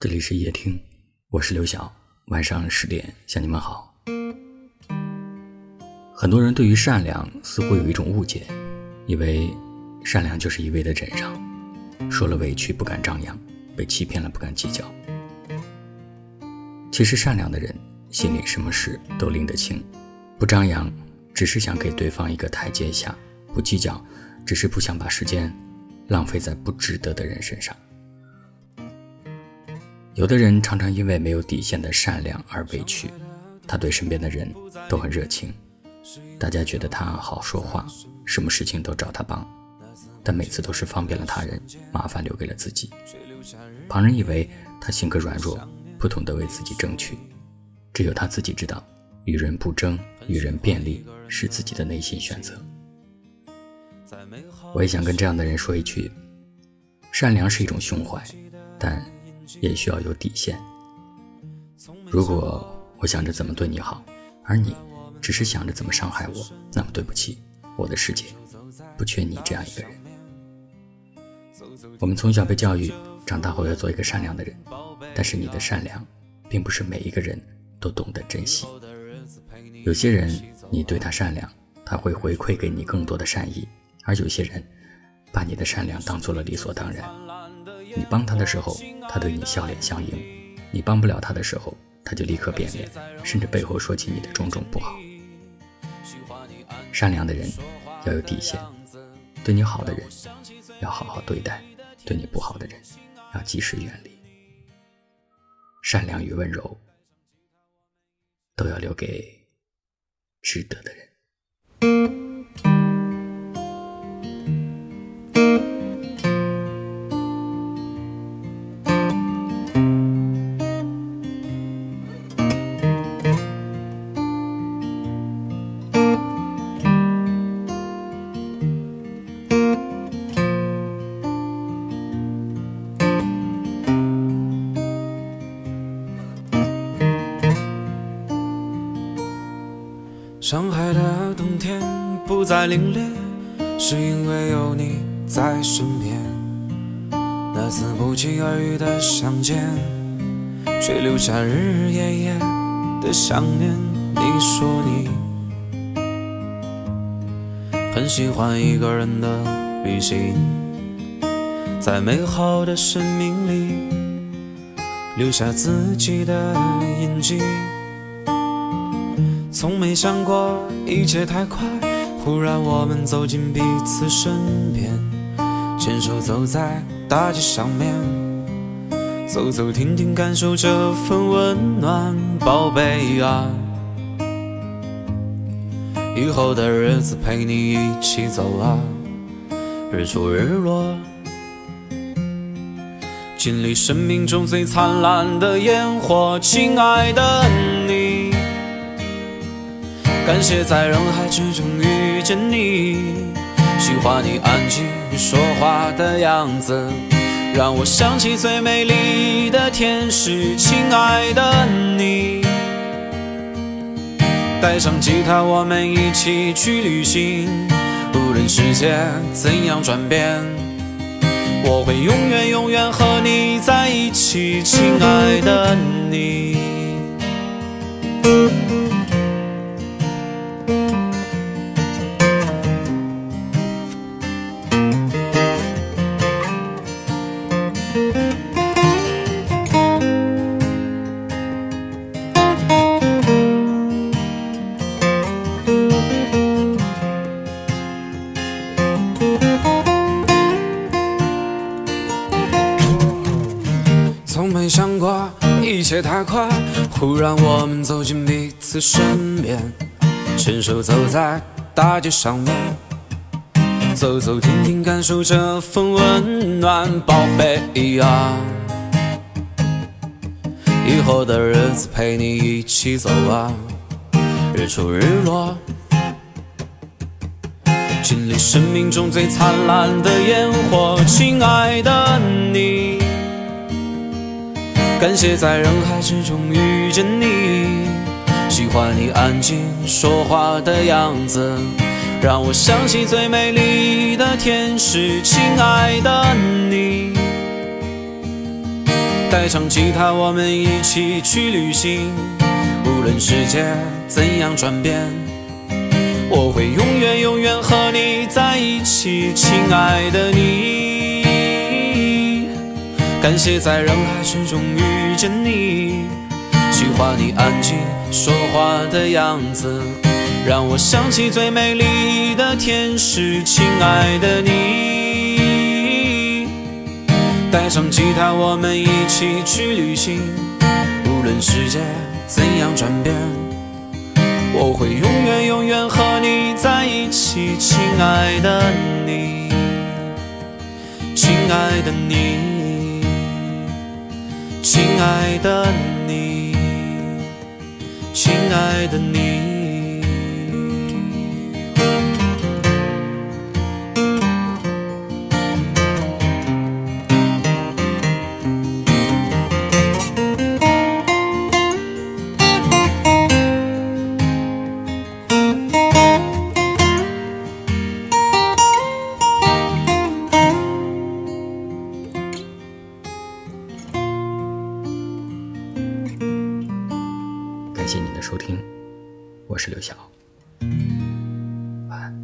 这里是夜听，我是刘晓，晚上10点向你们好。很多人对于善良似乎有一种误解，以为善良就是一味的忍让，受了委屈不敢张扬，被欺骗了不敢计较。其实善良的人心里什么事都拎得清，不张扬只是想给对方一个台阶下，不计较只是不想把时间浪费在不值得的人身上。有的人常常因为没有底线的善良而委屈，他对身边的人都很热情，大家觉得他好说话，什么事情都找他帮，但每次都是方便了他人，麻烦留给了自己。旁人以为他性格软弱，不懂得为自己争取，只有他自己知道，与人不争，与人便利是自己的内心选择。我也想跟这样的人说一句，善良是一种胸怀，但也需要有底线。如果我想着怎么对你好，而你只是想着怎么伤害我，那么对不起，我的世界不缺你这样一个人。我们从小被教育，长大后要做一个善良的人，但是你的善良并不是每一个人都懂得珍惜。有些人你对他善良，他会回馈给你更多的善意，而有些人把你的善良当作了理所当然。你帮他的时候，他对你笑脸相迎，你帮不了他的时候，他就立刻变脸，甚至背后说起你的种种不好。善良的人要有底线，对你好的人要好好对待，对你不好的人要及时远离。善良与温柔都要留给值得的人。 上海的冬天不再凛冽，是因为有你在身边。那次不期而遇的相见，却留下日日夜夜的想念。你说你很喜欢一个人的旅行，在美好的生命里留下自己的印记。从没想过一切太快，忽然我们走进彼此身边，牵手走在大街上面，走走停停感受这份温暖。宝贝啊，以后的日子陪你一起走啊，日出日落，经历生命中最灿烂的烟火。亲爱的你，感谢在人海之中遇见你，喜欢你安静说话的样子，让我想起最美丽的天使。亲爱的你，带上吉他我们一起去旅行，无论世界怎样转变，我会永远永远和你在一起。亲爱的你，从没想过一切太快，忽然我们走进彼此身边，牵手走在大街上面，走走停停感受这份温暖。宝贝啊，以后的日子陪你一起走啊，日出日落，经历生命中最灿烂的烟火。亲爱的你，感谢在人海之中遇见你，喜欢你安静说话的样子，让我想起最美丽的天使。亲爱的你， 带上吉他，我们一起去旅行。无论世界怎样转变，我会永远永远和你在一起，亲爱的你。感谢在人海之中遇见你，喜欢你安静说话的样子，让我想起最美丽的天使，亲爱的你。带上吉他，我们一起去旅行，无论世界怎样转变，我会永远永远和你在一起，亲爱的你，亲爱的你，亲爱的你，亲爱的你。 感谢你的收听，我是刘晓，晚安。